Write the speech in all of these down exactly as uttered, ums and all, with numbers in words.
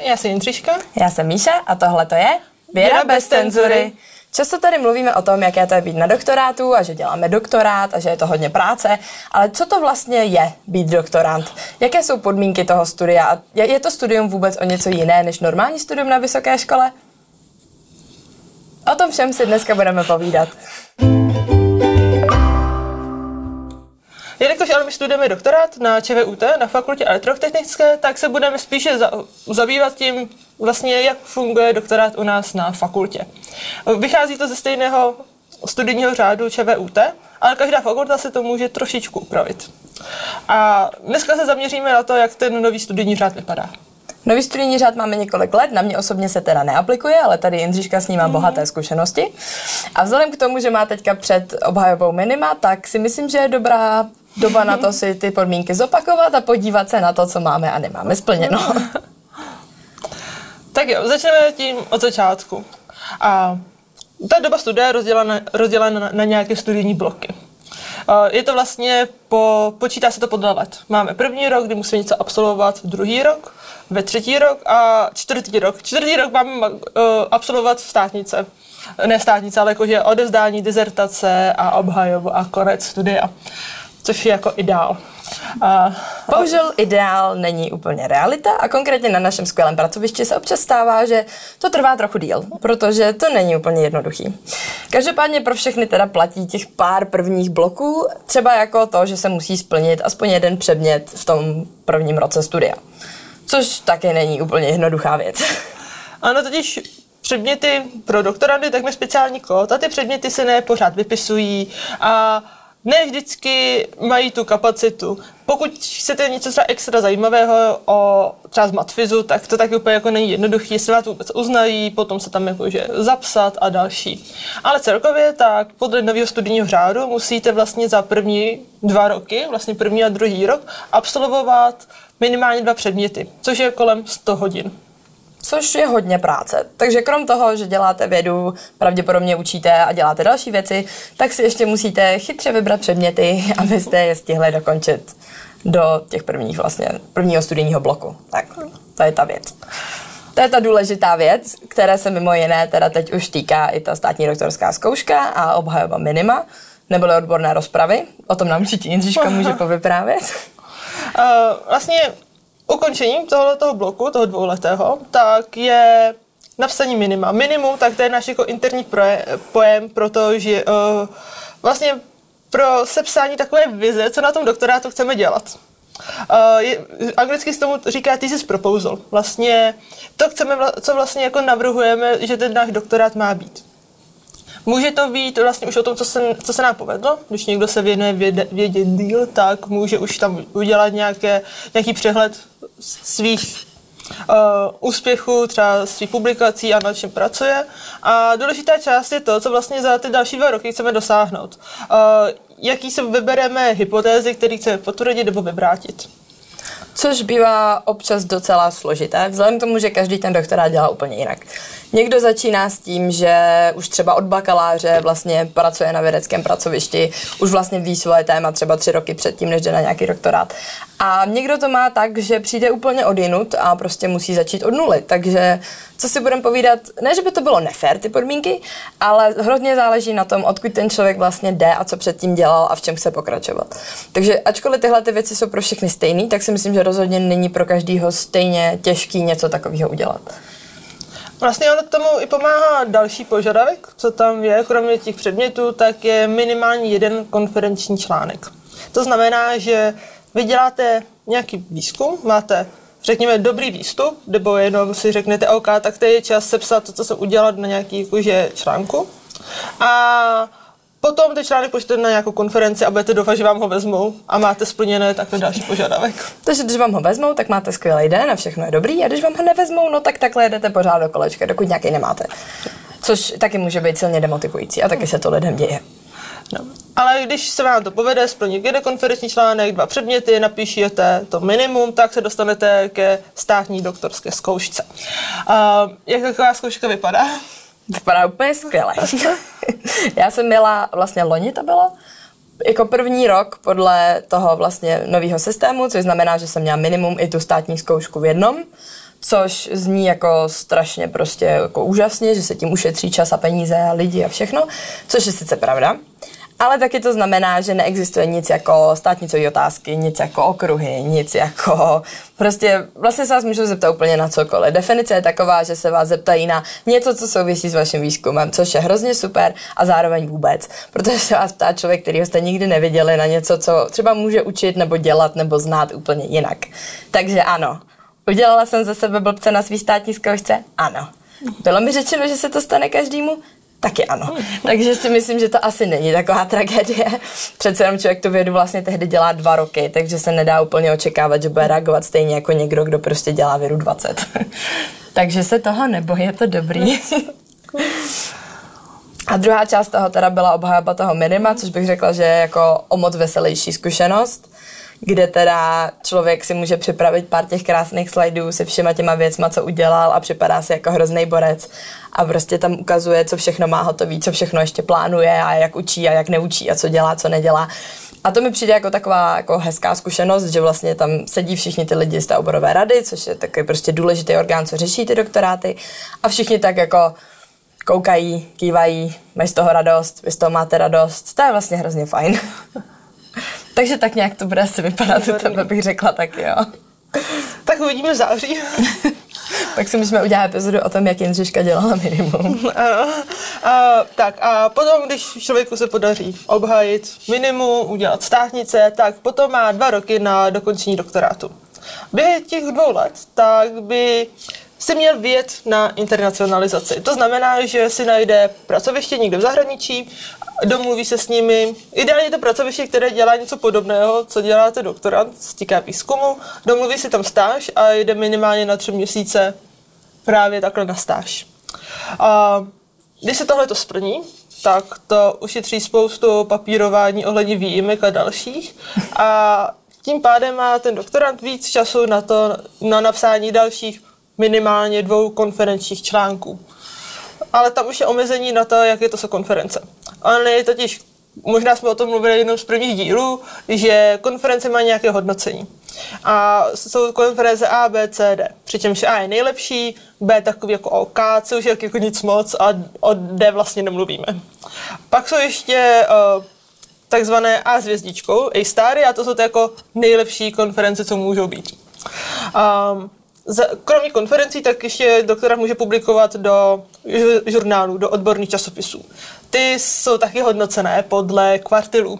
já jsem Jindřiška. Já jsem Míša a tohle to je Věra, Věra bez cenzury. Často tady mluvíme o tom, jaké to je být na doktorátu a že děláme doktorát a že je to hodně práce, ale co to vlastně je být doktorant? Jaké jsou podmínky toho studia? A je to studium vůbec o něco jiné než normální studium na vysoké škole? O tom všem si dneska budeme povídat. Jelikož ale my studujeme doktorát na ČVUT, na fakultě elektrotechnické, tak se budeme spíše za, zabývat tím, vlastně, jak funguje doktorát u nás na fakultě. Vychází to ze stejného studijního řádu ČVUT, ale každá fakulta se to může trošičku upravit. A dneska se zaměříme na to, jak ten nový studijní řád vypadá. Nový studijní řád máme několik let, na mě osobně se teda neaplikuje, ale tady Jindřiška s ním má bohaté zkušenosti. A vzhledem k tomu, že má teďka před obhajobou minima, tak si myslím, že je dobrá doba na to si ty podmínky zopakovat a podívat se na to, co máme a nemáme splněno. Tak jo, začneme tím od začátku. A ta doba studia je rozdělena, rozdělena na, na nějaké studijní bloky. Je to vlastně, po, počítá se to podle let. Máme první rok, kdy musíme něco absolvovat, druhý rok, ve třetí rok a čtvrtý rok. Čtvrtý rok máme uh, absolvovat státnice. Ne státnice, ale jakože odevzdání dizertace a obhajobu a konec studia. Což je jako ideál. A, Bohužel ideál není úplně realita a konkrétně na našem skvělém pracovišti se občas stává, že to trvá trochu díl, protože to není úplně jednoduchý. Každopádně pro všechny teda platí těch pár prvních bloků, třeba jako to, že se musí splnit aspoň jeden předmět v tom prvním roce studia. Což taky není úplně jednoduchá věc. Ano, totiž předměty pro doktorandy, tak máme speciální kód a ty předměty se ne pořád vypisují a ne vždycky mají tu kapacitu. Pokud chcete něco třeba extra zajímavého o třeba z matfizu, tak to taky úplně jako není jednoduché, jestli vás to vůbec uznají, potom se tam jakože zapsat a další. Ale celkově tak podle nového studijního řádu musíte vlastně za první dva roky, vlastně první a druhý rok, absolvovat minimálně dva předměty, což je kolem sto hodin. Což je hodně práce. Takže krom toho, že děláte vědu, pravděpodobně učíte a děláte další věci, tak si ještě musíte chytře vybrat předměty, abyste je stihli dokončit do těch prvních vlastně, prvního studijního bloku. Tak, to je ta věc. To je ta důležitá věc, která se mimo jiné teda teď už týká i ta státní doktorská zkouška a obhajoba minima, neboli odborné rozpravy. O tom nám určitě Jindřiška může povyprávět. Uh, vlastně ukončením tohoto bloku, toho dvouletého, tak je napsaní minima. Minimum, tak to je náš jako interní proje, pojem, protože uh, vlastně pro sepsání takové vize, co na tom doktorátu chceme dělat. Uh, je, anglicky se tomu říká thesis proposal. Vlastně to chceme, co vlastně jako navrhujeme, že ten náš doktorát má být. Může to být vlastně už o tom, co se, co se nám povedlo. Když někdo se věnuje vědě, vědě díl, tak může už tam udělat nějaké, nějaký přehled svých uh, úspěchů, třeba svých publikací a na čem pracuje. A důležitá část je to, co vlastně za ty další dva roky chceme dosáhnout. Uh, jaký se vybereme hypotézy, které chceme potvrdit nebo vyvrátit. Což bývá občas docela složité, vzhledem k tomu, že každý ten doktorát dělá úplně jinak. Někdo začíná s tím, že už třeba od bakaláře vlastně pracuje na vědeckém pracovišti, už vlastně ví svoje téma třeba tři roky předtím, než jde na nějaký doktorát. A někdo to má tak, že přijde úplně odjinud a prostě musí začít od nuly. Takže co si budeme povídat, ne, že by to bylo nefér ty podmínky, ale hodně záleží na tom, odkud ten člověk vlastně jde a co předtím dělal a v čem chce pokračovat. Takže ačkoliv tyhle ty věci jsou pro všechny stejný, tak si myslím, že rozhodně není pro každýho stejně těžký něco takového udělat. Vlastně ono tomu i pomáhá další požadavek, co tam je, kromě těch předmětů, tak je minimálně jeden konferenční článek. To znamená, že vy děláte nějaký výzkum, máte, řekněme, dobrý výstup, nebo jenom si řeknete, OK, tak to je čas sepsat to, co jsem udělal na nějaký jakože, článku. A potom ten článek pošlete na nějakou konferenci a budete doufat, že vám ho vezmou a máte splněné takový další požadavek. Takže když vám ho vezmou, tak máte skvělý den a všechno je dobrý, a když vám ho nevezmou, no tak takhle jedete pořád do kolečka, dokud nějaký nemáte. Což taky může být silně demotivující a taky se to lidem děje. No. Ale když se vám to povede, splnit jeden konferenční článek, dva předměty, napíšete to minimum, tak se dostanete ke státní doktorské zkoušce. Uh, jak taková zkouška vypadá? Vypadá úplně skvěle. Já jsem měla, vlastně loni to bylo, jako první rok podle toho vlastně nového systému, což znamená, že jsem měla minimum i tu státní zkoušku v jednom. což zní jako strašně prostě jako úžasně, že se tím ušetří čas a peníze a lidi a všechno, což je sice pravda. Ale taky to znamená, že neexistuje nic jako státnicové otázky, nic jako okruhy, nic jako prostě vlastně se vás můžou zeptat úplně na cokoliv. Definice je taková, že se vás zeptají na něco, co souvisí s vaším výzkumem, což je hrozně super a zároveň vůbec, protože se vás ptá člověk, kterýho jste nikdy neviděli, na něco, co třeba může učit nebo dělat nebo znát úplně jinak. Takže ano, udělala jsem ze sebe blbce na svý státní zkoušce? Ano. Bylo mi řečeno, že se to stane každému? Taky ano. Takže si myslím, že to asi není taková tragédie. Přece jenom člověk tu vědu vlastně tehdy dělá dva roky, takže se nedá úplně očekávat, že bude reagovat stejně jako někdo, kdo prostě dělá vědu dvacet. Takže se toho neboj, je to dobrý. A druhá část toho teda byla obhajoba toho minima, což bych řekla, že je jako o moc veselější zkušenost, kde teda člověk si může připravit pár těch krásných slajdů se všema těma věcma, co udělal a připadá si jako hrozný borec a prostě tam ukazuje, co všechno má hotový, co všechno ještě plánuje a jak učí a jak neučí a co dělá, co nedělá. A to mi přijde jako taková jako hezká zkušenost, že vlastně tam sedí všichni ty lidi z té oborové rady, což je takový prostě důležitý orgán, co řeší ty doktoráty a všichni tak jako koukají, kývají, mají z toho radost, vy z toho máte radost, to je vlastně hrozně fajn. Takže tak nějak to bude asi vypadat, u tebe bych řekla taky, jo. Tak uvidíme v září. Pak si musíme udělat epizodu o tom, jak Jindřiška dělala minimum. Ano. A, tak a potom, když člověku se podaří obhájit minimum, udělat státnice, tak potom má dva roky na dokončení doktorátu. Během těch dvou let, tak by si měl vyjet na internacionalizaci. To znamená, že si najde pracoviště někde v zahraničí, domluví se s nimi. Ideálně je to pracoviště, které dělá něco podobného, co děláte doktorant, se týká výzkumu. Domluví si tam stáž a jde minimálně na tři měsíce právě takhle na stáž. A když se tohle to splní, tak to ušetří spoustu papírování ohledně výjimek a dalších. A tím pádem má ten doktorant víc času na to, na napsání dalších minimálně dvou konferenčních článků. Ale tam už je omezení na to, jak je to se konference. Ale je totiž, možná jsme o tom mluvili jenom z prvních dílů, že konference má nějaké hodnocení. A jsou konference A, B, C, D. Přičemž A je nejlepší, B takový jako OK, C už je jako nic moc a o D vlastně nemluvíme. Pak jsou ještě uh, takzvané A s hvězdičkou, A stary, a to jsou to jako nejlepší konference, co můžou být. Um, Kromě konferencí, tak ještě doktorant může publikovat do žurnálů, do odborných časopisů. Ty jsou taky hodnocené podle kvartilů.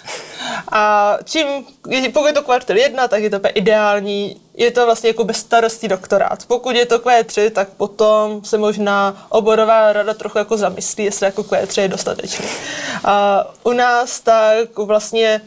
A čím, pokud je to kvartil jedna, tak je to ideální, je to vlastně jako bezstarostný doktorát. Pokud je to Q tři, tak potom se možná oborová rada trochu jako zamyslí, jestli jako Q tři je dostatečný. A u nás tak vlastně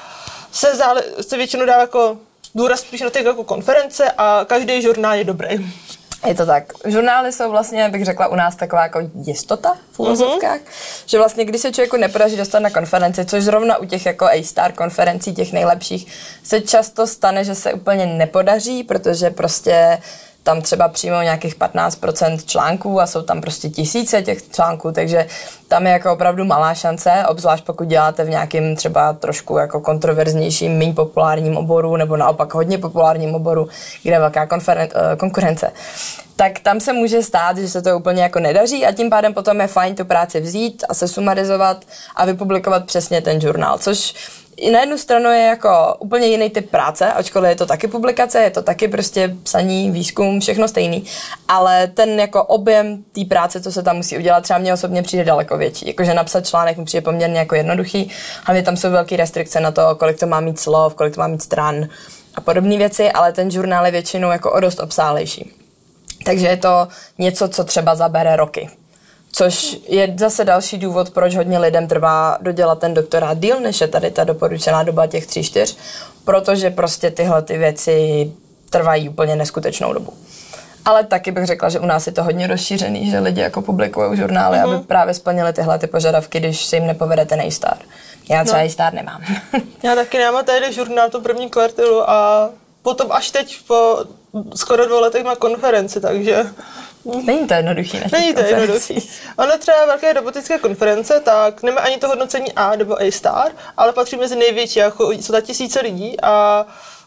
se, zále, se většinou dá jako důraz spíš na ty jako konference a každý žurnál je dobrý. Je to tak. Žurnály jsou vlastně, bych řekla, u nás taková jako jistota v úvozovkách, uh-huh. že vlastně, když se člověku nepodaří dostat na konferenci, což zrovna u těch jako A-star konferencí, těch nejlepších, se často stane, že se úplně nepodaří, protože prostě tam třeba přijmou nějakých patnáct procent článků a jsou tam prostě tisíce těch článků, takže tam je jako opravdu malá šance, obzvlášť pokud děláte v nějakém třeba trošku jako kontroverznějším, méně populárním oboru nebo naopak hodně populárním oboru, kde je velká konferen- konkurence. Tak tam se může stát, že se to úplně jako nedaří a tím pádem potom je fajn tu práci vzít a se sumarizovat a vypublikovat přesně ten žurnál, což i na jednu stranu je jako úplně jiný typ práce, ačkoliv je to taky publikace, je to taky prostě psaní, výzkum, všechno stejný, ale ten jako objem té práce, co se tam musí udělat, třeba mně osobně přijde daleko větší. Jakože napsat článek mi přijde poměrně jako jednoduchý, hlavně tam jsou velké restrikce na to, kolik to má mít slov, kolik to má mít stran a podobné věci, ale ten žurnál je většinou jako o dost obsálejší. Takže je to něco, co třeba zabere roky. Což je zase další důvod, proč hodně lidem trvá dodělat ten doktorát díl, než je tady ta doporučená doba těch tří, čtyř, protože prostě tyhle ty věci trvají úplně neskutečnou dobu. Ale taky bych řekla, že u nás je to hodně rozšířený, že lidi jako publikují žurnály, mm-hmm. aby právě splnili tyhle ty požadavky, když se jim nepovede ten A-star. Já třeba no. A-star nemám. Já taky nemám tady žurnál to první kvartilu a potom až teď po skoro dvou letech má konferenci, takže... Není to jednoduchý. Není to jednoduchý. Ono třeba velké robotické konference, tak nemá ani to hodnocení A nebo A-star, ale patří mezi největší, jako jsou ta tisíce lidí a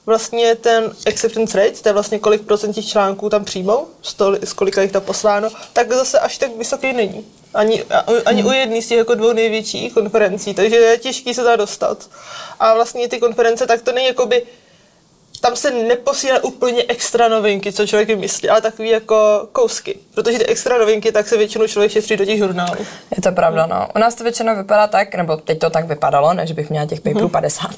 vlastně ten acceptance rate, to je vlastně kolik procent těch článků tam přijmou, z kolika jich tam posláno, tak zase až tak vysoký není. Ani, ani hmm. u jedné z těch jako dvou největších konferencí, takže je těžký se tam dostat. A vlastně ty konference, tak to není jakoby, tam se neposílá úplně extra novinky, co člověk myslí, ale takový jako kousky. Protože ty extra novinky, tak se většinou člověk šetří do těch žurnálů. Je to pravda, no. U nás to většinou vypadá tak, nebo teď to tak vypadalo, než bych měla těch paperů hmm. padesát,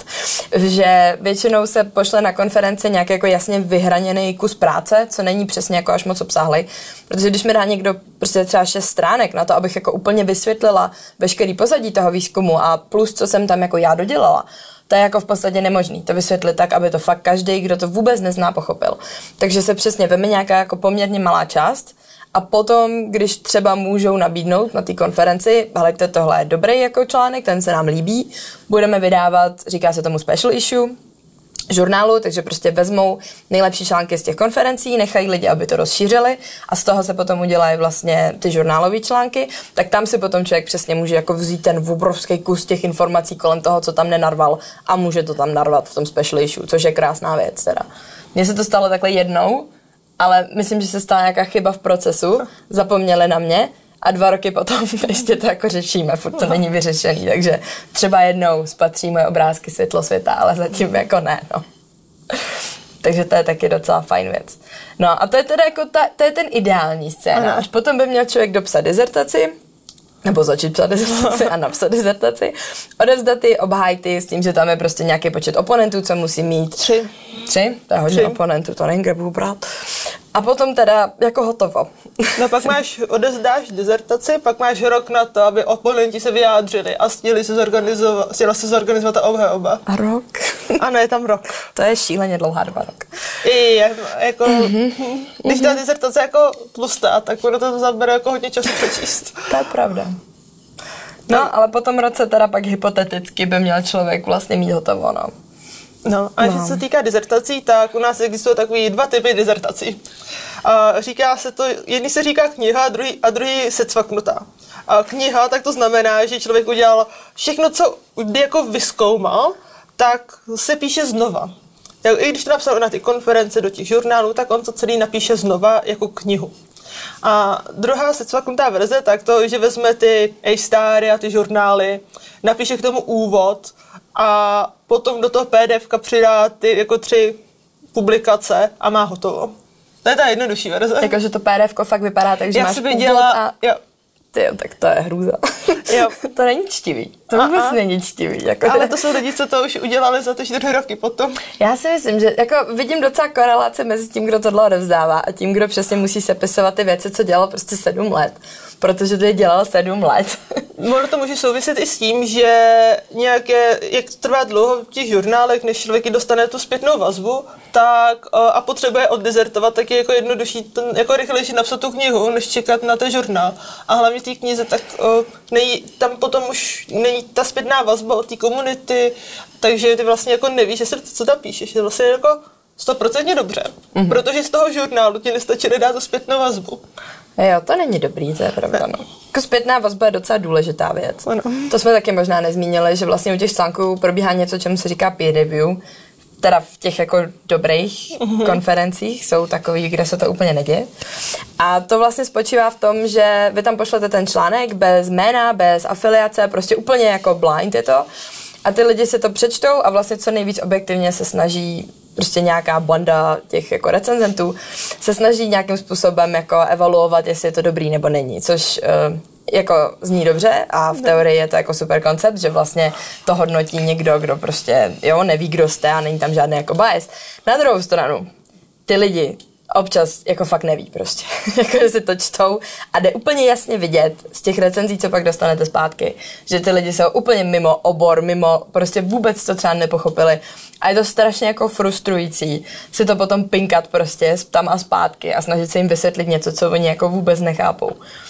že většinou se pošle na konferenci nějaký jako jasně vyhraněný kus práce, co není přesně jako až moc obsáhlej. Protože když mi dá někdo prostě třeba šest stránek na to, abych jako úplně vysvětlila veškerý pozadí toho výzkumu a plus, co jsem tam jako já dodělala, to je jako v podstatě nemožný to vysvětlit tak, aby to fakt každý, kdo to vůbec nezná, pochopil. Takže se přesně veme nějaká jako poměrně malá část a potom, když třeba můžou nabídnout na té konferenci, helejte, tohle je dobrý jako článek, ten se nám líbí, budeme vydávat, říká se tomu special issue, žurnálu, takže prostě vezmou nejlepší články z těch konferencí, nechají lidi, aby to rozšířili a z toho se potom udělají vlastně ty žurnálové články, tak tam si potom člověk přesně může jako vzít ten obrovský kus těch informací kolem toho, co tam nenarval a může to tam narvat v tom special issue, což je krásná věc teda. Mně se to stalo takhle jednou, ale myslím, že se stala nějaká chyba v procesu, zapomněli na mě a dva roky potom ještě to jako řešíme, furt to není vyřešený, takže třeba jednou spatří moje obrázky světlo světa, ale zatím jako ne, no. Takže to je taky docela fajn věc. No a to je teda jako ta, to je ten ideální scénář. Potom by měl člověk dopsat dizertaci, nebo začít psát dizertaci a napsat dizertaci, odevzdat ji, obhájit ji s tím, že tam je prostě nějaký počet oponentů, co musí mít. Tři. Tři? To je hodně Tři. oponentů, to není, kde budu brát. A potom teda jako hotovo. No pak máš, odezdáš dizertaci, pak máš rok na to, aby oponenti se vyjádřili a chtěli se zorganizovat, chtěla se zorganizovat ta obhajoba. A rok? Ano, je tam rok. To je šíleně dlouhá doba, rok. I jako, mm-hmm. když ta dizertace jako tlustá, tak ono to zabere jako hodně času přečíst. To je pravda. No, no, ale po tom roce teda pak hypoteticky by měl člověk vlastně mít hotovo, no. No, a no. Co se týká dizertací, tak u nás existují takový dva typy dizertací. A říká se to, jedný se říká kniha, druhý, a druhý secvaknutá. A kniha, tak to znamená, že člověk udělal všechno, co by jako vyzkoumal, tak se píše znova. I když to napsal na ty konference do těch žurnálů, tak on to celý napíše znova jako knihu. A druhá secvaknutá verze, tak to, že vezme ty A-stary a ty žurnály, napíše k tomu úvod a potom do toho P D F ka přidá ty jako tři publikace a má hotovo. To je ta jednodušší verze. Jakože to P D F ko fakt vypadá tak, že Já máš úvod děla, a... Jo. Tyjo, tak to je hrůza. Jo. To není čtivý. To vůbec a, a. není čtivý. Jako Ale to jsou lidi, co to už udělali za ty čtyři roky potom. Já si myslím, že jako vidím docela korelace mezi tím, kdo tohle odevzdává a tím, kdo přesně musí sepisovat ty věci, co dělal prostě sedm let. Protože to je dělal sedm let. Ono to může souviset i s tím, že nějaké, jak trvá dlouho v těch žurnálech, než člověk dostane tu zpětnou vazbu, tak a potřebuje oddezertovat, tak je jako jednodušší, ten, jako rychlejší napsat tu knihu, než čekat na ten žurnál. A hlavně v té knize, tak o, nej, tam potom už není ta zpětná vazba od té komunity, takže ty vlastně jako nevíš, jestli to, co tam píšeš, je vlastně jako stoprocentně dobře, mm-hmm. protože z toho žurnálu ti nestačí dát tu zpětnou vazbu. Jo, to není dobrý, to je pravda, no. Jako zpětná vazba je docela důležitá věc. Ano. To jsme taky možná nezmínili, že vlastně u těch článků probíhá něco, čemu se říká peer review. Teda v těch jako dobrých mm-hmm. konferencích jsou takový, kde se to úplně neděje. A to vlastně spočívá v tom, že vy tam pošlete ten článek bez jména, bez afiliace, prostě úplně jako blind je to. A ty lidi si to přečtou a vlastně co nejvíc objektivně se snaží prostě nějaká banda těch jako recenzentů se snaží nějakým způsobem jako evaluovat, jestli je to dobrý nebo není, což uh, jako zní dobře a v teorii je to jako super koncept, že vlastně to hodnotí někdo, kdo prostě jo, neví, kdo jste a není tam žádný jako bias. Na druhou stranu, ty lidi občas jako fakt neví prostě, jako že si to čtou a jde úplně jasně vidět z těch recenzí, co pak dostanete zpátky, že ty lidi jsou úplně mimo obor, mimo, prostě vůbec to třeba nepochopili a je to strašně jako frustrující si to potom pinkat prostě tam a zpátky a snažit se jim vysvětlit něco, co oni jako vůbec nechápou.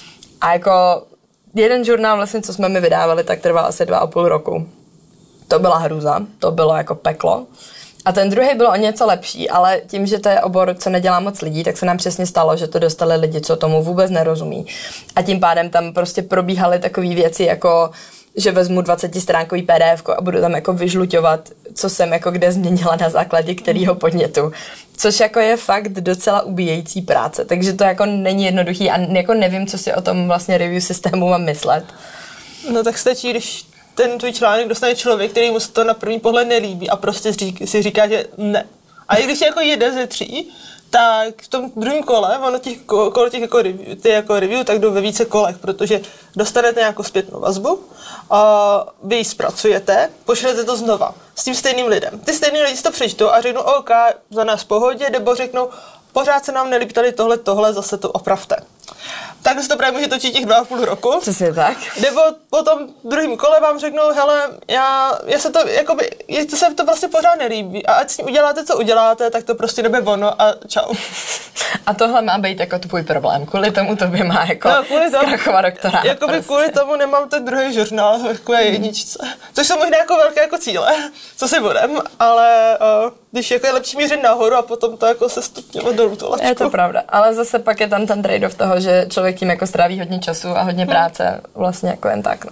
A jako jeden žurnál vlastně, co jsme mi vydávali, tak trval asi dva a půl roku. To byla hrůza, to bylo jako peklo. A ten druhý byl o něco lepší, ale tím, že to je obor, co nedělá moc lidí, tak se nám přesně stalo, že to dostali lidi, co tomu vůbec nerozumí. A tím pádem tam prostě probíhaly takové věci, jako že vezmu dvacetistránkový P D F ko a budu tam jako vyžluťovat co jsem jako kde změnila na základě kterého podnětu. Což jako je fakt docela ubíjející práce, takže to jako není jednoduchý a jako nevím, co si o tom vlastně review systému mám myslet. No tak stačí, když ten tvůj článek dostane člověk, který mu se to na první pohled nelíbí a prostě si říká, že ne. A i když je jako jeden ze tří, tak v tom druhém kole, ono těch kol těch jako review, ty jako review, tak jdou ve více kolech, protože dostanete nějakou zpětnou vazbu, a vy ji zpracujete, pošlete to znova s tím stejným lidem. Ty stejný lidi si to přečtou a řeknou, OK, za nás v pohodě, nebo řeknou, pořád se nám nelíbí tady tohle, tohle, zase to opravte. Tak se to právě může točit těch dva a půl roku. Přesně tak. Nebo potom v druhém kole vám řeknou, hele, já, já se to, jakoby, to se to vlastně pořád nelíbí a ať s ním uděláte, co uděláte, tak to prostě nebude ono a čau. A tohle má být jako tvůj problém, kvůli tomu tobě má jako no, zkrachovat doktorát. Jakoby prostě. Kvůli tomu nemám ten druhý žurnál, jako je jedničce. Což jsou možná jako velké jako cíle, co si budem, ale uh, když jako je lepší mířit nahoru a potom to jako se stupňovat dolů tu lačku. Je to pravda, ale zase pak je tam ten trade-off toho, že člověk tím jako stráví hodně času a hodně práce vlastně jako jen tak, no.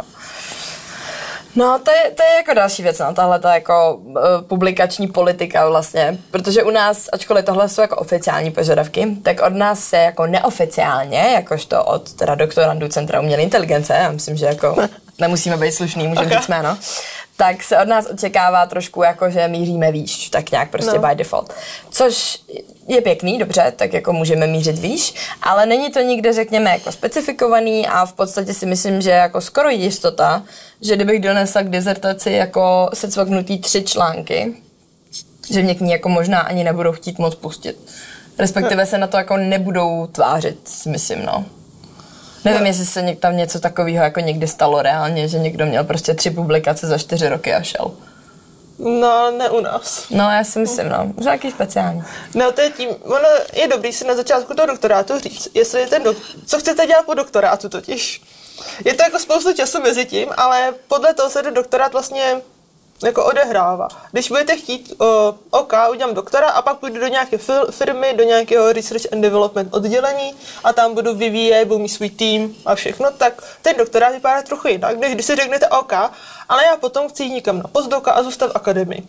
No, to je, to je jako další věc, no, tahle ta jako uh, publikační politika vlastně, protože u nás, ačkoliv tohle jsou jako oficiální požadavky, tak od nás se jako neoficiálně, jakožto od teda doktorandů Centra umělé inteligence, já myslím, že jako nemusíme být slušný, můžeme okay. říct jméno, tak se od nás očekává trošku jako, že míříme výš, tak nějak prostě no. by default. Což je pěkný, dobře, tak jako můžeme mířit výš, ale není to nikde, řekněme, jako specifikovaný a v podstatě si myslím, že jako skoro jistota, že kdybych donesla k dizertaci jako secvaknutý tři články, že mě k ní jako možná ani nebudou chtít moc pustit. Respektive se na to jako nebudou tvářit, si myslím, no. Nevím, jestli se tam něco takového jako někdy stalo reálně, že někdo měl prostě tři publikace za čtyři roky a šel. No, ne u nás. No, já si myslím, no. Že jaký speciální. No, to je tím, ono je dobrý si na začátku toho doktorátu říct, jestli je ten dok- co chcete dělat po doktorátu totiž. Je to jako spoustu času mezi tím, ale podle toho se ten doktorát vlastně jako odehrává. Když budete chtít, o, OK, udělám doktora a pak půjdu do nějaké firmy, do nějakého research and development oddělení a tam budu vyvíjet, budu mít svůj tým a všechno, tak ten doktorát vypadá trochu jinak, než když si řeknete OK, ale já potom chci jít někam na postdoka a zůstat v akademii.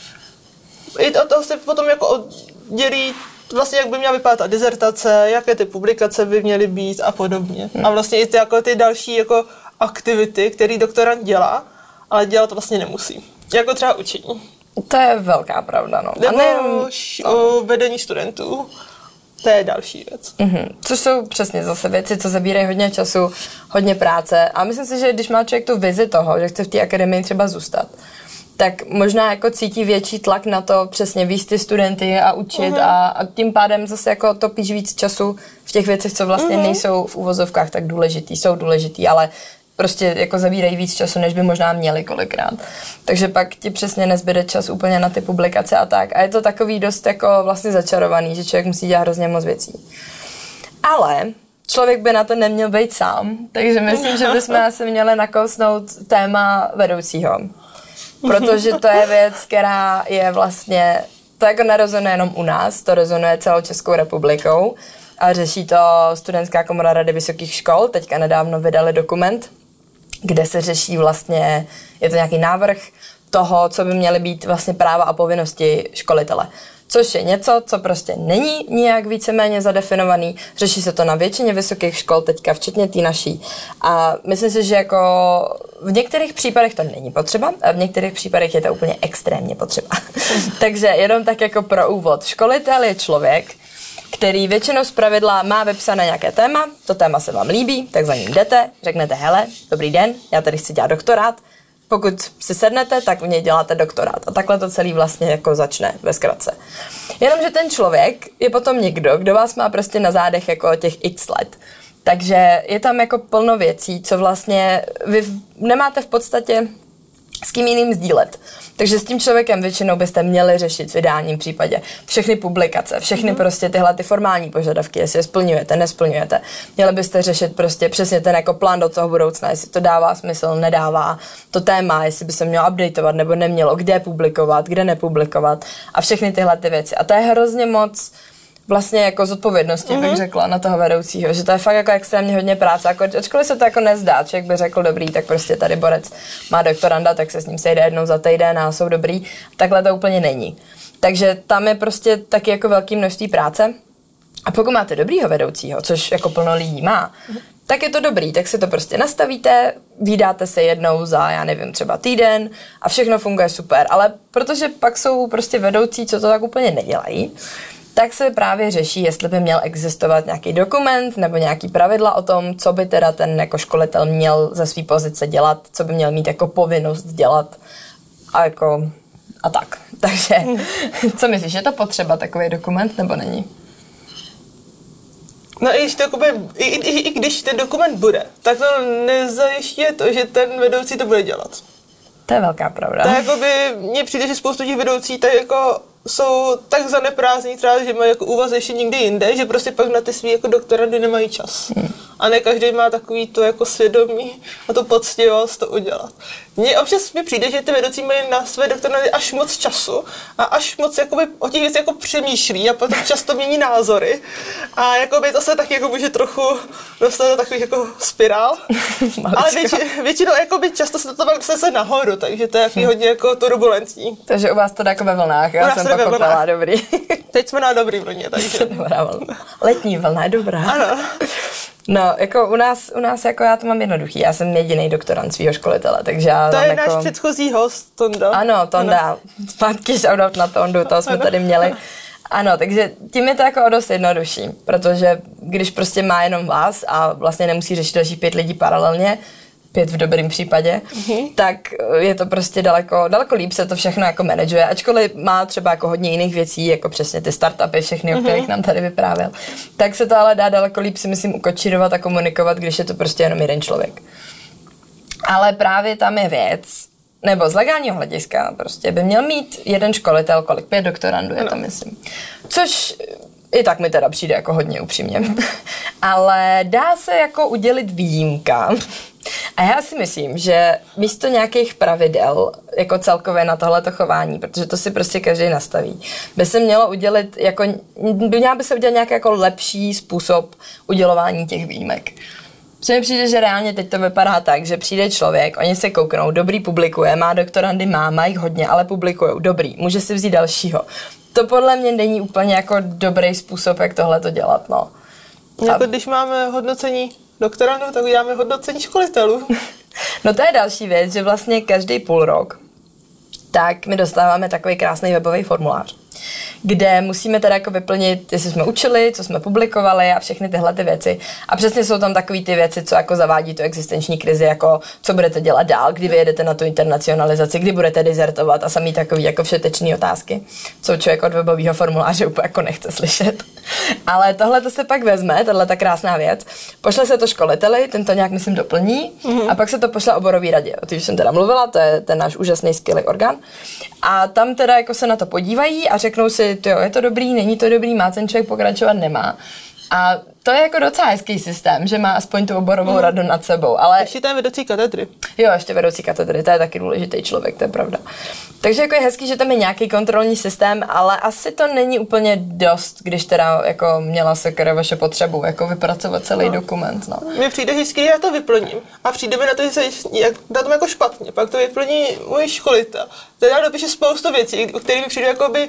I od toho se potom jako oddělí vlastně, jak by měla vypadat ta dizertace, jaké ty publikace by měly být a podobně. A vlastně i ty, jako ty další jako aktivity, které doktorant dělá, ale dělat to vlastně nemusí. Jako třeba učení. To je velká pravda, no. Nebo a nejen, no. vedení studentů. To je další věc. Mm-hmm. Což jsou přesně zase věci, co zabírají hodně času, hodně práce. A myslím si, že když má člověk tu vizi toho, že chce v té akademii třeba zůstat, tak možná jako cítí větší tlak na to přesně víc ty studenty a učit uh-huh. a, a tím pádem zase jako topíš víc času v těch věcech, co vlastně uh-huh. nejsou v uvozovkách tak důležitý, jsou důležitý, ale prostě jako zabírají víc času, než by možná měli kolikrát. Takže pak ti přesně nezbyde čas úplně na ty publikace a tak. A je to takový dost jako vlastně začarovaný, že člověk musí dělat hrozně moc věcí. Ale člověk by na to neměl být sám, takže myslím, že bychom asi měli nakousnout téma vedoucího. Protože to je věc, která je vlastně, to jako nerezonuje jenom u nás, to rezonuje celou Českou republikou a řeší to Studentská komora Rady vysokých škol. Teďka nedávno vydali dokument, kde se řeší vlastně, je to nějaký návrh toho, co by měly být vlastně práva a povinnosti školitele. Což je něco, co prostě není nijak víceméně zadefinovaný. Řeší se to na většině vysokých škol teďka, včetně té naší. A myslím si, že jako v některých případech to není potřeba a v některých případech je to úplně extrémně potřeba. Takže jenom tak jako pro úvod. Školitel je člověk, který většinou zpravidla má vypsané nějaké téma, to téma se vám líbí, tak za ním jdete, řeknete, hele, dobrý den, já tady chci dělat doktorát. Pokud si sednete, tak u něj děláte doktorát. A takhle to celý vlastně jako začne ve zkratce. Jenomže ten člověk je potom někdo, kdo vás má prostě na zádech jako těch x let. Takže je tam jako plno věcí, co vlastně vy nemáte v podstatě s kým jiným sdílet. Takže s tím člověkem většinou byste měli řešit v ideálním případě všechny publikace, všechny mm. prostě tyhle ty formální požadavky, jestli je splňujete, nesplňujete. Měli byste řešit prostě přesně ten jako plán do toho budoucna, jestli to dává smysl, nedává, to téma, jestli by se mělo updateovat nebo nemělo, kde publikovat, kde nepublikovat a všechny tyhle ty věci. A to je hrozně moc vlastně jako zodpovědnosti, mm-hmm. bych řekla, na toho vedoucího, že to je fakt jako extrémně hodně práce, jako, ačkoliv se to jako nezdá, člověk by řekl dobrý, tak prostě tady borec má doktoranda, tak se s ním sejde jednou za týden a jsou dobrý, takhle to úplně není. Takže tam je prostě taky jako velký množství práce a pokud máte dobrýho vedoucího, což jako plno lidí má, mm-hmm. tak je to dobrý, tak si to prostě nastavíte, vídáte se jednou za, já nevím, třeba týden a všechno funguje super, ale protože pak jsou prostě vedoucí, co to tak úplně nedělají, tak se právě řeší, jestli by měl existovat nějaký dokument nebo nějaký pravidla o tom, co by teda ten jako školitel měl ze své pozice dělat, co by měl mít jako povinnost dělat a jako a tak. Takže, co myslíš, je to potřeba takový dokument nebo není? No i když, to, i, i, i když ten dokument bude, tak to nezajišťuje to, že ten vedoucí to bude dělat. To je velká pravda. Tak jakoby mně přijde, že spoustu těch vedoucí tak jako jsou tak zaneprázdní třeba, že mají jako úvaz ještě někde jinde, že prostě pak na ty svý jako doktorandy nemají čas. Hmm. A ne každý má takový to jako svědomí a tu poctivost to udělat. Mně občas mi přijde, že ty vedoucí mají na své doktorandy až moc času a až moc jakoby o těch věcech jako přemýšlí a potom často mění názory. A jakoby to se tak jako může trochu dostat do takových jako spirál. Ale větši, většinou jakoby často se to pak se nahoru, takže to je hmm. hodně jako turbulentní. Takže u vás to jde jako ve vlnách, já jsem pochopila, dobrý. Teď jsme na dobrý vlně, takže. Dobrá vlna. Letní vlna je dobrá. Ano. No, jako u nás, u nás jako já to mám jednoduchý, já jsem jediný doktorant svýho školitele, takže já to je jako... náš předchozí host, Tonda. Ano, Tonda, ano. Zpátky shoutout na Tondu, toho jsme ano. tady měli. Ano, takže tím je to jako o dost jednodušší, protože když prostě má jenom vás a vlastně nemusí řešit další pět lidí paralelně, pět v dobrém případě, mm-hmm. tak je to prostě daleko, daleko líp se to všechno jako manažuje, ačkoliv má třeba jako hodně jiných věcí, jako přesně ty startupy, všechny, mm-hmm. o kterých nám tady vyprávěl, tak se to ale dá daleko líp si myslím ukočírovat a komunikovat, když je to prostě jenom jeden člověk. Ale právě tam je věc, nebo z legálního hlediska prostě by měl mít jeden školitel, kolik pět doktorandů je to, myslím. Což i tak mi teda přijde jako hodně upřímně. Ale dá se jako udělit výjimka. A já si myslím, že místo nějakých pravidel, jako celkově na tohleto chování, protože to si prostě každý nastaví, by se mělo udělit, jako, měla by se udělat nějaký jako lepší způsob udělování těch výjimek. Protože mi přijde, že reálně teď to vypadá tak, že přijde člověk, oni se kouknou, dobrý publikuje, má doktorandy, má, má jich hodně, ale publikujou, dobrý, může si vzít dalšího. To podle mě není úplně jako dobrý způsob, jak tohle to dělat, no. Jako když máme hodnocení doktorandů, tak uděláme hodnocení školitelů. No to je další věc, že vlastně každý půl rok tak my dostáváme takový krásný webový formulář, kde musíme teda jako vyplnit, jestli jsme učili, co jsme publikovali a všechny tyhle ty věci. A přesně jsou tam takové ty věci, co jako zavádí tu existenční krizi, jako co budete dělat dál, kdy vyjedete na tu internacionalizaci, kdy budete dizertovat a samý takový jako všetečný otázky, co člověk od webového formuláře úplně jako nechce slyšet. Ale tohle to se pak vezme, tahle ta krásná věc, pošle se to školiteli, ten to nějak myslím doplní mm-hmm. a pak se to pošle oborový radě. O tom jsem teda mluvila, to je ten náš úžasný skvělý orgán. A tam teda jako se na to podívají a řeknou si, jo, je to dobrý, není to dobrý, má ten člověk pokračovat, nemá. A to je jako docela hezký systém, že má aspoň tu oborovou mm. radu nad sebou. Ale... Ještě ten vedoucí katedry. Jo, ještě vedoucí katedry, to je taky důležitý člověk, to je pravda. Takže jako je hezký, že tam je nějaký kontrolní systém, ale asi to není úplně dost, když teda jako měla sekere vaše potřebu, jako vypracovat celý no. dokument. No. Mně přijde vždycky, já to vyplním a přijde mi na to, že se jak, na tom jako špatně, pak to vyplní můj školitel. Teda dopíše spoustu věcí, o kterých mi přijde jakoby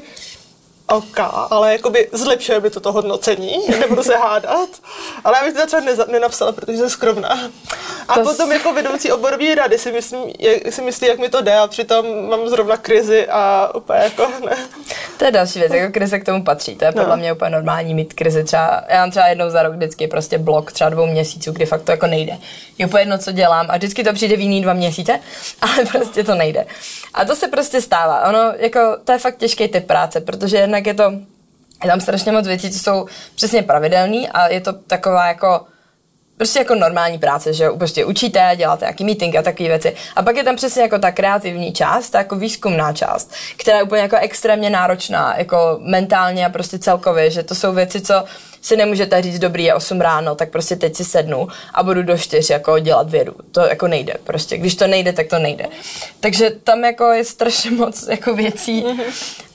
OK, ale jakoby zlepšuje by toto hodnocení, nebudu se hádat, ale já bych to třeba neza, nenapsala, protože jsem skromná. A to potom s... jako vedoucí oborové rady si, myslím, jak, si myslí, jak mi to jde a přitom mám zrovna krizi a úplně jako ne. To je další věc, jako krize k tomu patří, to je podle no. mě úplně normální mít krizi třeba, já mám třeba jednou za rok vždycky prostě blok třeba dvou měsíců, kdy fakt to jako nejde. Je úplně jedno, co dělám a vždycky to přijde v jiný dva měsíce, ale prostě to nejde. A to se prostě stává, ono jako, to je fakt těžký typ práce, protože jednak je to, je tam strašně moc věcí, co jsou přesně pravidelný a je to taková jako prostě jako normální práce, že prostě učíte, děláte nějaký meeting a takové věci. A pak je tam přesně jako ta kreativní část, ta jako výzkumná část, která je úplně jako extrémně náročná, jako mentálně a prostě celkově, že to jsou věci, co si nemůžete říct, dobrý, je osm ráno, tak prostě teď si sednu a budu do čtyř jako dělat vědu. To jako nejde prostě. Když to nejde, tak to nejde. Takže tam jako je strašně moc jako věcí,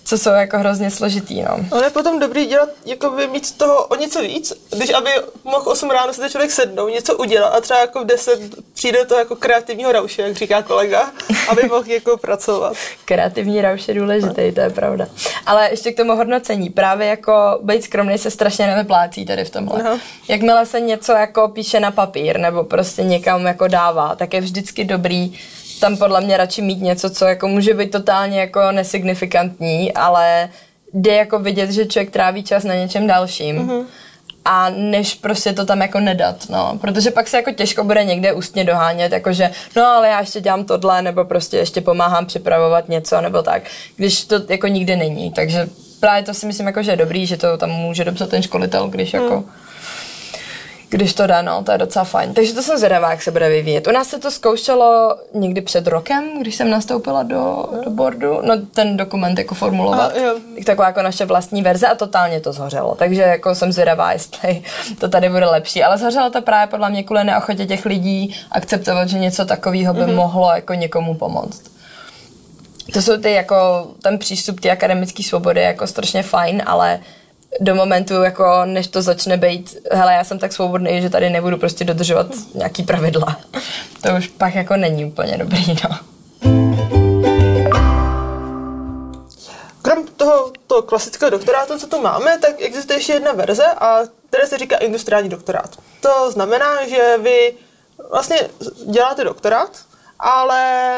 co jsou jako hrozně složitý, no. Ale je potom dobrý dělat, jakoby mít z toho o něco víc, když aby mohl osm ráno se ten člověk sednout, něco udělat a třeba jako v deset přijde to jako kreativního rauše, jak říká kolega, aby mohl jako pracovat. Kreativní rauš je důležitý, to je pravda. Ale ještě k tomu hodnocení, právě jako být skromný se strašně nevyplácí tady v tomhle. No. Jakmile se něco jako píše na papír nebo prostě někam jako dává, tak je vždycky dobrý tam podle mě radši mít něco, co jako může být totálně jako nesignifikantní, ale jde jako vidět, že člověk tráví čas na něčem dalším. Mm-hmm. A než prostě to tam jako nedat, no. Protože pak se jako těžko bude někde ústně dohánět, jakože no ale já ještě dělám tohle, nebo prostě ještě pomáhám připravovat něco, nebo tak, když to jako nikdy není. Takže právě to si myslím, jako, že je dobrý, že to tam může dobře ten školitel, když jako... Mm. Když to dá, no, to je docela fajn. Takže to jsem zvědavá, jak se bude vyvíjet. U nás se to zkoušelo někdy před rokem, když jsem nastoupila do, do boardu, no ten dokument jako formulovat. A, taková jako naše vlastní verze a totálně to zhořelo. Takže jako jsem zvědavá, jestli to tady bude lepší. Ale zhořelo to právě podle mě kvůli neochotě těch lidí akceptovat, že něco takového by mm-hmm. mohlo jako někomu pomoct. To jsou ty jako, ten přístup ty akademické svobody jako strašně fajn, ale do momentu, jako než to začne být, hele, já jsem tak svobodný, že tady nebudu prostě dodržovat nějaký pravidla. To už pak jako není úplně dobrý, no. Krom toho, toho klasického doktorátu, co tu máme, tak existuje ještě jedna verze, a která se říká industriální doktorát. To znamená, že vy vlastně děláte doktorát, ale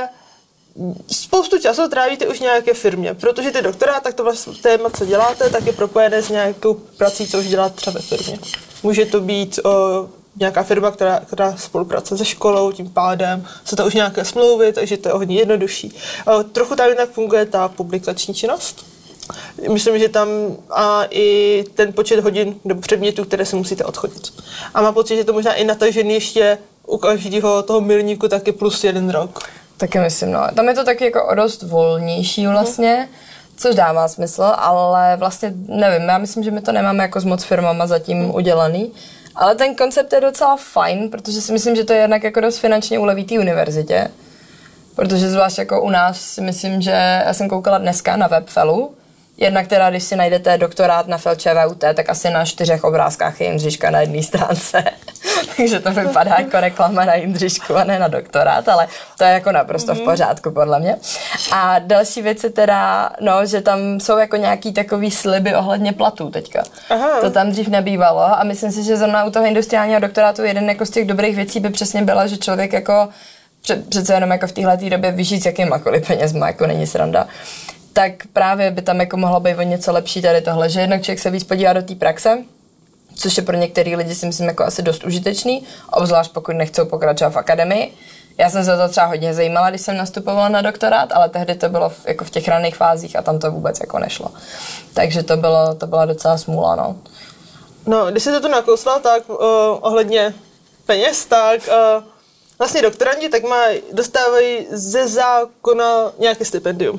spoustu času trávíte už v nějaké firmě, protože ty doktorát, tak to vlastně téma, co děláte, tak je propojené s nějakou prací, co už děláte třeba ve firmě. Může to být o, nějaká firma, která, která spolupracuje se školou, tím pádem jsou to už nějaké smlouvy, takže to je hodně jednodušší. O, trochu tam jinak funguje ta publikační činnost. Myslím, že tam a i ten počet hodin nebo předmětů, které se musíte odchodit. A mám pocit, že to možná i natažený ještě u každého toho milníku taky plus jeden rok. Taky myslím, no. Tam je to taky jako o dost volnější vlastně, což dává smysl, ale vlastně nevím, já myslím, že my to nemáme jako s moc firmama zatím udělaný, ale ten koncept je docela fajn, protože si myslím, že to je jednak jako dost finančně uleví té univerzitě, protože zvlášť jako u nás si myslím, že já jsem koukala dneska na Webfelu, jednak teda, když si najdete doktorát na FelČVUT, tak asi na čtyřech obrázkách je Jindřiška na jedné stránce. Takže to vypadá jako reklama na Jindřišku a ne na doktorát, ale to je jako naprosto v pořádku podle mě. A další věc je teda, no, že tam jsou jako nějaký takový sliby ohledně platů teďka. Aha. To tam dřív nebývalo a myslím si, že zrovna u toho industriálního doktorátu jeden jako z těch dobrých věcí by přesně byla, že člověk jako před, přece jenom jako v téhleté době vyžít s jakýmakoliv penězma, jako není sranda. Tak právě by tam jako mohlo být o něco lepší tady tohle, že jednak člověk se víc podívá do té praxe, což je pro některý lidi si myslím jako asi dost užitečný, obzvlášť pokud nechcou pokračovat v akademii. Já jsem se to třeba hodně zajímala, když jsem nastupovala na doktorát, ale tehdy to bylo v, jako v těch raných fázích a tam to vůbec jako nešlo. Takže to bylo, to byla docela smůla, no. No, když jsi to tu nakousla, tak uh, ohledně peněz, tak uh, vlastně doktorandi tak mají, dostávají ze zákona nějaké stipendium.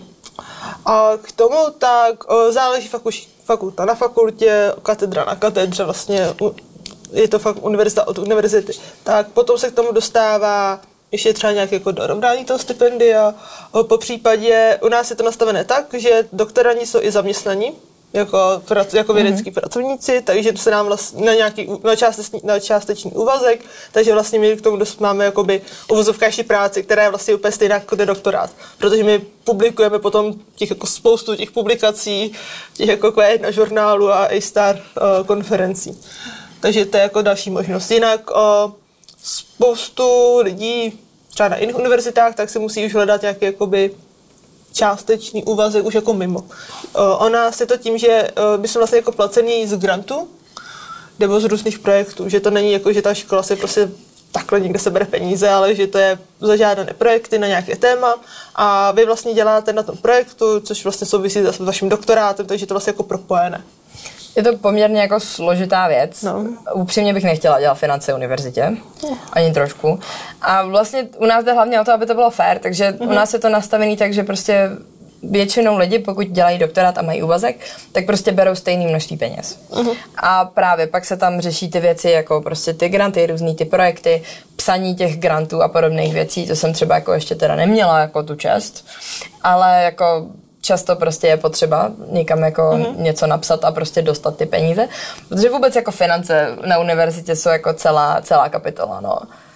A k tomu tak o, záleží fakuš, fakulta na fakultě, katedra na katedře, vlastně je to fakt univerzita od univerzity. Tak potom se k tomu dostává ještě třeba nějaké jako dorovnání toho stipendia. O, po případě u nás je to nastavené tak, že doktorandi jsou i zaměstnaní jako, jako vědecký mm-hmm. pracovníci, takže to se nám vlastně na nějaký na částečný, na částečný úvazek, takže vlastně my k tomu dost máme jakoby uvozovkájší práci, která je vlastně úplně stejná jako ten doktorát, protože my publikujeme potom těch jako spoustu těch publikací, těch jako Q jedna žurnálu a A-Star uh, konferencí. Takže to je jako další možnost. Jinak uh, spoustu lidí třeba na jiných univerzitách, tak se musí už hledat nějaký jakoby částečný úvazek už jako mimo. O nás je to tím, že my jsme vlastně jako placený z grantu nebo z různých projektů, že to není jako, že ta škola si prostě takhle někde sebere peníze, ale že to je zažádané projekty na nějaké téma a vy vlastně děláte na tom projektu, což vlastně souvisí s vaším doktorátem, takže to vlastně jako propojené. Je to poměrně jako složitá věc. No. Upřímně bych nechtěla dělat finance univerzitě. Ani trošku. A vlastně u nás jde hlavně o to, aby to bylo fair, takže mm-hmm. u nás je to nastavený tak, že prostě většinou lidi, pokud dělají doktorát a mají úvazek, tak prostě berou stejné množství peněz. Mm-hmm. A právě pak se tam řeší ty věci, jako prostě ty granty, různý ty projekty, psaní těch grantů a podobných věcí. To jsem třeba jako ještě teda neměla jako tu čest, ale jako často prostě je potřeba někam jako mm-hmm. něco napsat a prostě dostat ty peníze. Protože vůbec jako finance na univerzitě jsou jako celá, celá kapitola, no.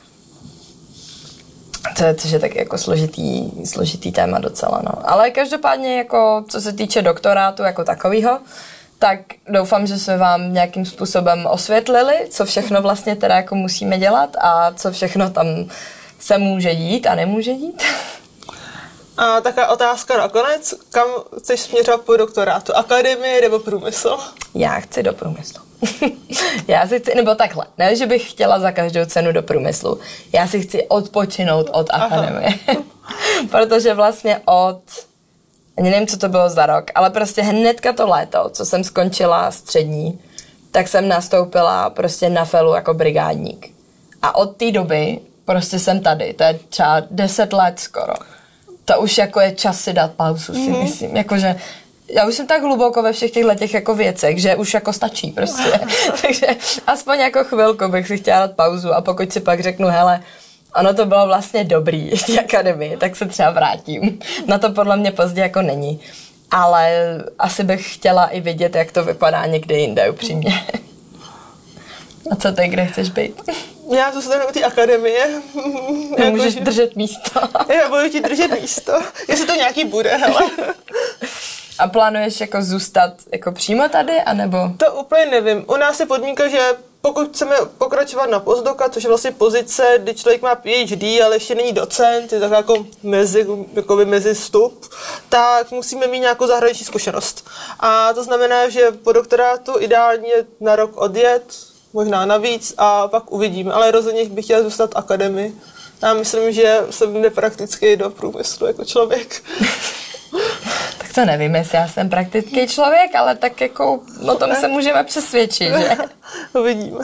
To je, což je taky jako složitý, složitý téma docela, no. Ale každopádně jako, co se týče doktorátu jako takového, tak doufám, že jsme vám nějakým způsobem osvětlili, co všechno vlastně teda jako musíme dělat a co všechno tam se může dít a nemůže dít. A taková otázka nakonec, kam chceš směřovat po doktorátu? Akademie nebo průmysl? Já chci do průmyslu. Já si chci, nebo takhle, ne, že bych chtěla za každou cenu do průmyslu. Já si chci odpočinout od akademie. Protože vlastně od, nevím, co to bylo za rok, ale prostě hnedka to léto, co jsem skončila střední, tak jsem nastoupila prostě na felu jako brigádník. A od té doby prostě jsem tady, to je třeba deset let skoro. To už jako je čas si dát pauzu, si mm-hmm. myslím, jakože já už jsem tak hluboko ve všech těchto těch jako věcech, že už jako stačí prostě. Takže aspoň jako chvilku bych si chtěla dát pauzu a pokud si pak řeknu, hele, ono to bylo vlastně dobrý v té akademii, tak se třeba vrátím. Na to podle mě pozdě jako není. Ale asi bych chtěla i vidět, jak to vypadá někde jinde, upřímně. A co ty, kde chceš být? Já zůstanu u té akademie. Můžeš jako, držet místo. Já budu ti držet místo. Jestli to nějaký bude, hele. A plánuješ jako zůstat jako přímo tady, anebo? To úplně nevím. U nás je podmínka, že pokud chceme pokračovat na postdoka, což je vlastně pozice, kdy člověk má P H D, ale ještě není docent, je tak jako mezi, jakoby mezi stup, tak musíme mít nějakou zahraniční zkušenost. A to znamená, že po doktorátu ideálně na rok odjet, možná navíc a pak uvidíme. Ale rozhodně bych chtěla zůstat v akademii. Já myslím, že jsem nepraktický do průmyslu jako člověk. Tak to nevím, jestli já jsem praktický člověk, ale tak jako o tom se můžeme přesvědčit, že? Uvidíme.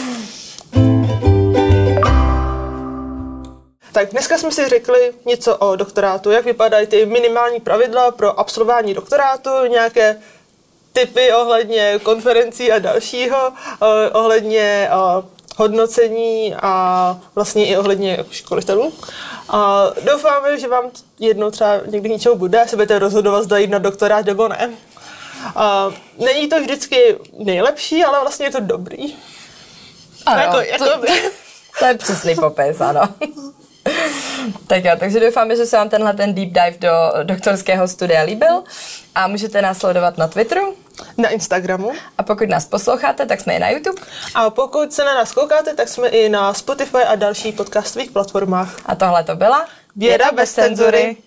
Tak dneska jsme si řekli něco o doktorátu, jak vypadají ty minimální pravidla pro absolvování doktorátu, nějaké tipy ohledně konferencí a dalšího, ohledně hodnocení a vlastně i ohledně školitelů. A doufáme, že vám jednou třeba někdy něčeho bude, se budete rozhodovat, zda jít na doktorát nebo ne. A není to vždycky nejlepší, ale vlastně je to dobrý. Ano, jako, jako to, to, to je přesný popis, ano. Tak jo, takže doufáme, že se vám tenhle ten deep dive do doktorského studia líbil a můžete nás sledovat na Twitteru, na Instagramu. A pokud nás posloucháte, tak jsme i na YouTube. A pokud se na nás koukáte, tak jsme i na Spotify a dalších podcastových platformách. A tohle to byla Věda bez cenzury.